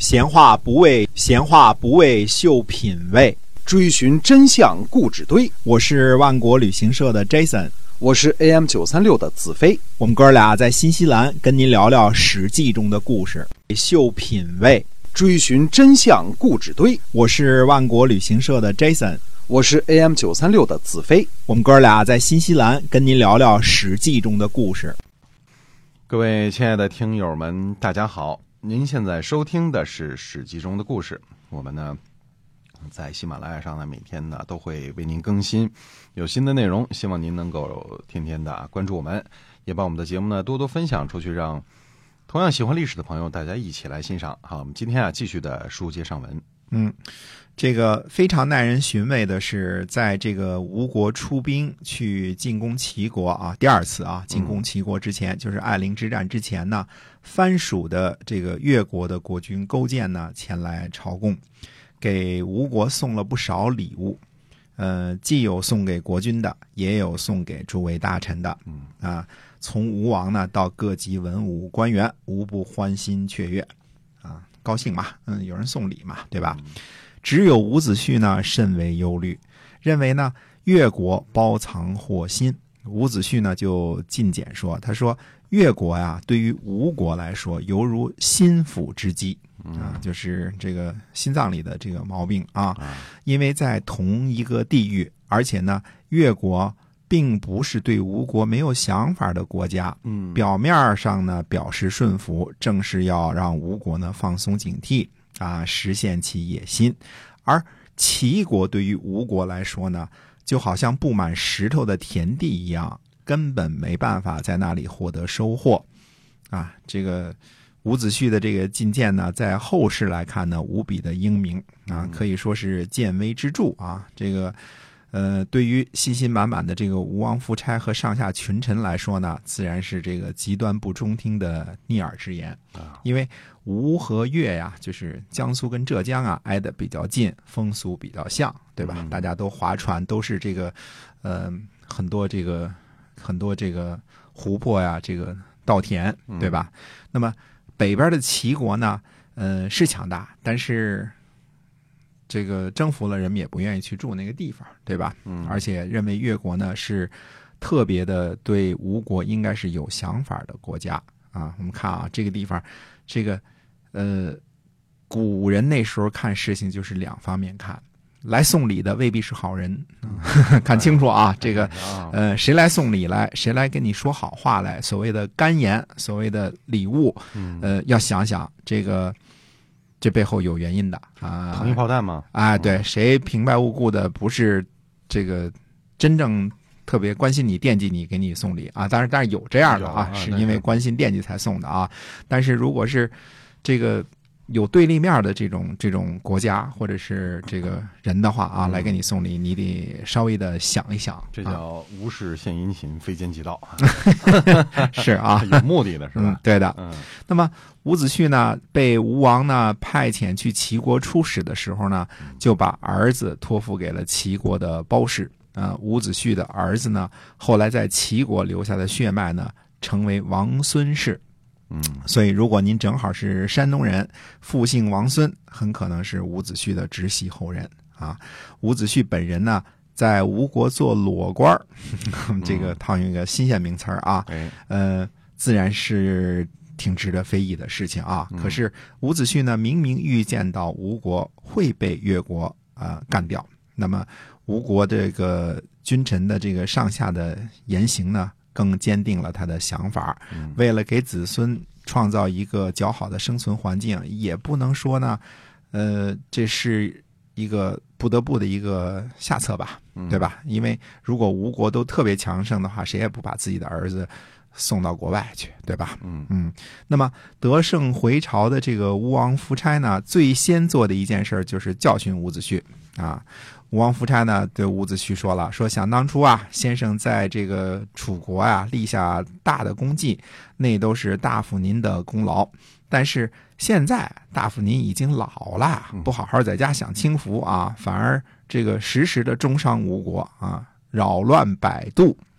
闲话不为秀品味， 追寻真相故纸堆。 我是万国旅行社的 Jason， 我是 AM936 的子飞。 我们哥俩在新西兰跟您聊聊《史记》中的故事，秀品味， 追寻真相故纸堆。 我是万国旅行社的 Jason， 我是 AM936 的子飞。 我们哥俩在新西兰跟您聊聊《史记》中的故事。 各位亲爱的听友们，大家好！您现在收听的是《史记》中的故事。我们呢，在喜马拉雅上呢，每天呢都会为您更新有新的内容，希望您能够天天的关注我们，也把我们的节目呢多多分享出去，让同样喜欢历史的朋友大家一起来欣赏。好，我们今天继续的书接上文。 这个非常耐人寻味的是，在这个吴国出兵去进攻齐国啊，第二次啊进攻齐国之前，就是艾陵之战之前呢，藩属的这个越国的国君勾践呢前来朝贡，给吴国送了不少礼物，既有送给国君的，也有送给诸位大臣的，从吴王呢到各级文武官员，无不欢欣雀跃，高兴嘛，有人送礼嘛，对吧？只有伍子胥呢甚为忧虑，认为呢越国包藏祸心。伍子胥呢就进谏说，他说越国呀对于吴国来说犹如心腹之疾就是这个心脏里的这个毛病啊，因为在同一个地域，而且呢越国并不是对吴国没有想法的国家，表面上呢表示顺服，正是要让吴国呢放松警惕实现其野心。而齐国对于吴国来说呢，就好像布满石头的田地一样，根本没办法在那里获得收获这个伍子胥的这个进谏呢，在后世来看呢，无比的英明可以说是见微知著这个对于信心满满的这个吴王夫差和上下群臣来说呢，自然是这个极端不中听的逆耳之言因为吴和越呀，就是江苏跟浙江挨得比较近，风俗比较像，对吧？大家都划船，都是这个很多这个湖泊呀，这个稻田，对吧？那么北边的齐国呢，是强大，但是这个征服了，人们也不愿意去住那个地方，对吧？而且认为越国呢是特别的对吴国应该是有想法的国家我们看这个地方，这个古人那时候看事情就是两方面看，来送礼的未必是好人看清楚这个谁来送礼来，谁来跟你说好话来，所谓的干言，所谓的礼物要想想这背后有原因的糖衣炮弹吗？ 对，谁平白无故的不是这个真正特别关心你、惦记你，给你送礼当然有这样的是因为关心惦记才送的但是如果是这个有对立面的这种国家或者是这个人的话来给你送礼，你得稍微的想一想， 这叫无事献殷勤，非奸即盗是有目的的是吧？ 对的。那么伍子胥呢，被吴王呢派遣去齐国出使的时候呢，就把儿子托付给了齐国的包氏伍子胥的儿子呢，后来在齐国留下的血脉呢，成为王孙氏。所以如果您正好是山东人，父姓王孙，很可能是伍子胥的直系后人伍子胥本人呢，在吴国做裸官这个套用一个新鲜名词自然是挺值得非议的事情可是伍子胥呢，明明预见到吴国会被越国干掉，那么吴国这个君臣的这个上下的言行呢，更坚定了他的想法为了给子孙创造一个较好的生存环境，也不能说呢这是一个不得不的一个下策吧，对吧？因为如果吴国都特别强盛的话，谁也不把自己的儿子送到国外去，对吧？那么得胜回朝的这个吴王夫差呢，最先做的一件事就是教训伍子胥吴王夫差呢对伍子胥说了，说想当初先生在这个楚国立下大的功绩，那都是大夫您的功劳，但是现在大夫您已经老了，不好好在家享清福反而这个时时的中伤吴国扰乱百度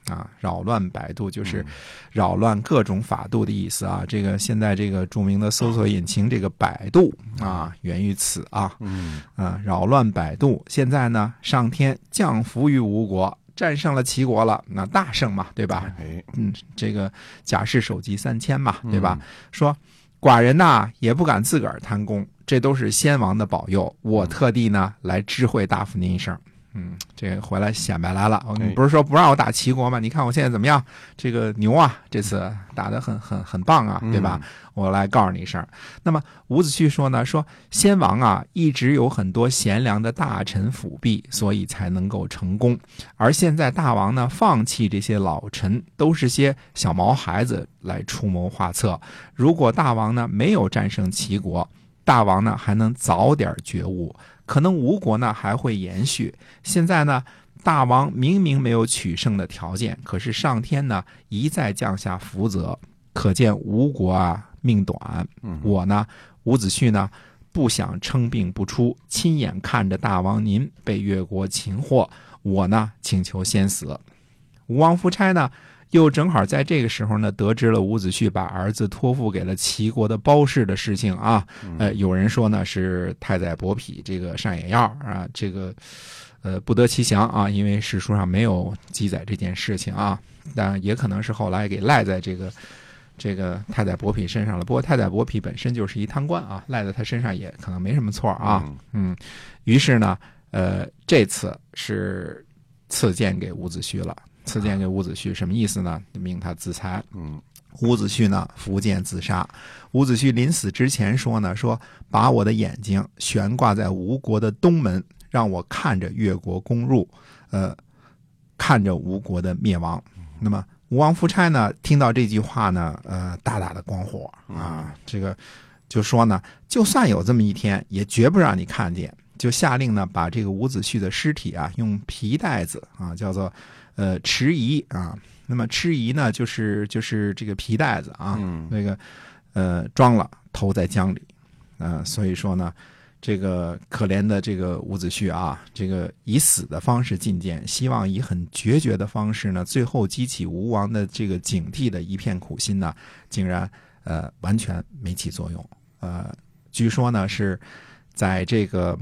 啊，扰乱百度就是扰乱各种法度的意思啊。这个现在这个著名的搜索引擎这个百度啊，源于此啊。扰乱百度。现在呢，上天降服于吴国，战胜了齐国了，那大胜嘛，对吧？这个甲士首级3000嘛，对吧？说寡人呐也不敢自个儿贪功，这都是先王的保佑，我特地呢来知会大夫您一声。这个回来显摆来了。你不是说不让我打齐国吗？你看我现在怎么样？这个牛啊，这次打得很棒啊，对吧？我来告诉你一声。那么伍子胥说呢，说先王啊一直有很多贤良的大臣辅弼，所以才能够成功。而现在大王呢放弃这些老臣，都是些小毛孩子来出谋划策。如果大王呢没有战胜齐国，大王呢还能早点觉悟，可能吴国呢还会延续。现在呢大王明明没有取胜的条件，可是上天呢一再降下福泽，可见吴国啊命短。我呢伍子胥呢不想称病不出，亲眼看着大王您被越国擒获，我呢请求先死。吴王夫差呢又正好在这个时候呢，得知了伍子胥把儿子托付给了齐国的包氏的事情啊。有人说呢是太宰伯嚭这个上野药啊，这个不得其详啊，因为史书上没有记载这件事情啊。但也可能是后来给赖在这个太宰伯嚭身上了。不过太宰伯嚭本身就是一贪官啊，赖在他身上也可能没什么错啊。于是呢，这次是赐剑给伍子胥了。赐剑给伍子胥什么意思呢？命他自裁。伍子胥呢伏剑自杀。伍子胥临死之前说呢，说把我的眼睛悬挂在吴国的东门，让我看着越国攻入，看着吴国的灭亡。那么吴王夫差呢听到这句话呢，大大的光火啊，这个就说呢，就算有这么一天，也绝不让你看见。就下令呢，把这个伍子胥的尸体啊，用皮带子啊，叫做持仪啊。那么持仪呢，就是这个皮带子啊，那个装了，投在江里。所以说呢，这个可怜的这个伍子胥啊，这个以死的方式进谏，希望以很决绝的方式呢，最后激起吴王的这个警惕的一片苦心呢，竟然完全没起作用。据说呢是在这个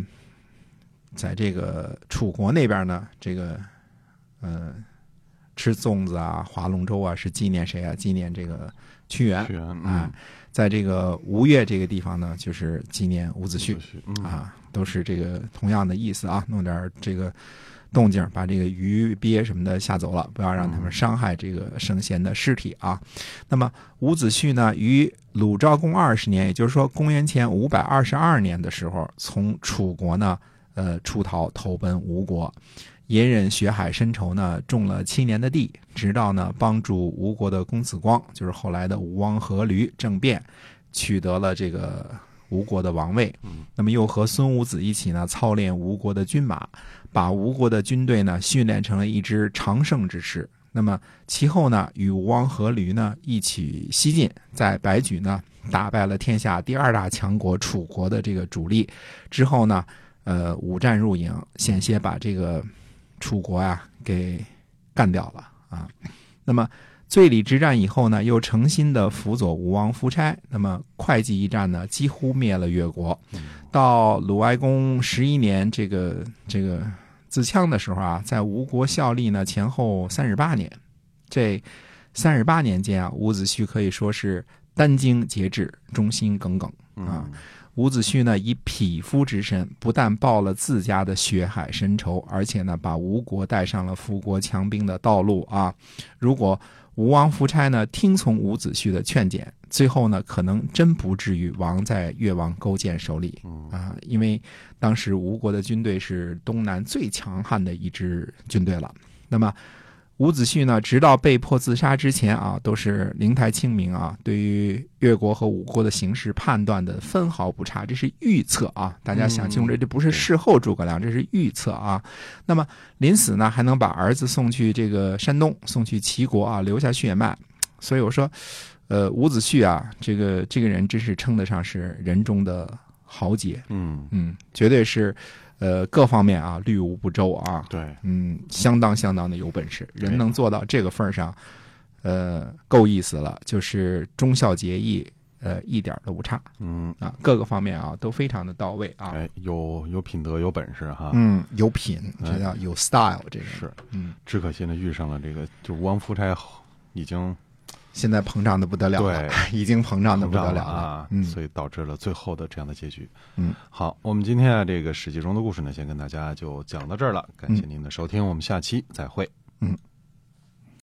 楚国那边呢，这个吃粽子啊，划龙舟啊，是纪念谁啊？纪念这个屈原啊。在这个吴越这个地方呢，就是纪念伍子胥啊，都是这个同样的意思啊，弄点这个动静，把这个鱼鳖什么的吓走了，不要让他们伤害这个圣贤的尸体啊。那么伍子胥呢，于鲁昭公20年，也就是说公元前522年的时候，从楚国呢出逃投奔吴国。隐忍血海深仇呢，种了7年的地，直到呢帮助吴国的公子光，就是后来的吴王阖闾政变，取得了这个吴国的王位。那么又和孙武子一起呢操练吴国的军马，把吴国的军队呢训练成了一支常胜之师。那么其后呢，与吴王阖闾呢一起西进，在白举呢打败了天下第2大强国楚国的这个主力。之后呢，五战入营，险些把这个楚国啊给干掉了啊。那么醉里之战以后呢，又诚心的辅佐吴王夫差。那么会稽一战呢，几乎灭了越国。到鲁哀公11年，这个自戕的时候啊，在吴国效力呢前后38年。这38年间啊，伍子胥可以说是殚精竭智，忠心耿耿啊。伍子胥呢，以匹夫之身，不但报了自家的血海深仇，而且呢，把吴国带上了富国强兵的道路啊。如果吴王夫差呢听从伍子胥的劝谏，最后呢，可能真不至于亡在越王勾践手里啊。因为当时吴国的军队是东南最强悍的一支军队了。那么伍子胥呢，直到被迫自杀之前啊，都是灵台清明啊，对于越国和吴国的形势判断的分毫不差，这是预测啊。大家想清楚，这不是事后诸葛亮，这是预测啊。那么临死呢，还能把儿子送去这个山东，送去齐国啊，留下血脉。所以我说，伍子胥啊，这个人真是称得上是人中的豪杰， 嗯， 绝对是各方面啊虑无不周啊， 对， 相当的有本事，人能做到这个份儿上，够意思了，就是忠孝节义。一点都不差，各个方面啊都非常的到位啊， 有品德有本事哈， 有品，这叫有 style，这个是，只可惜呢遇上了这个，就王夫差已经现在膨胀的不得了了， 对， 已经膨胀的不得了啊，所以导致了最后的这样的结局。好，我们今天啊这个史记中的故事呢，先跟大家就讲到这儿了，感谢您的收听，我们下期再会。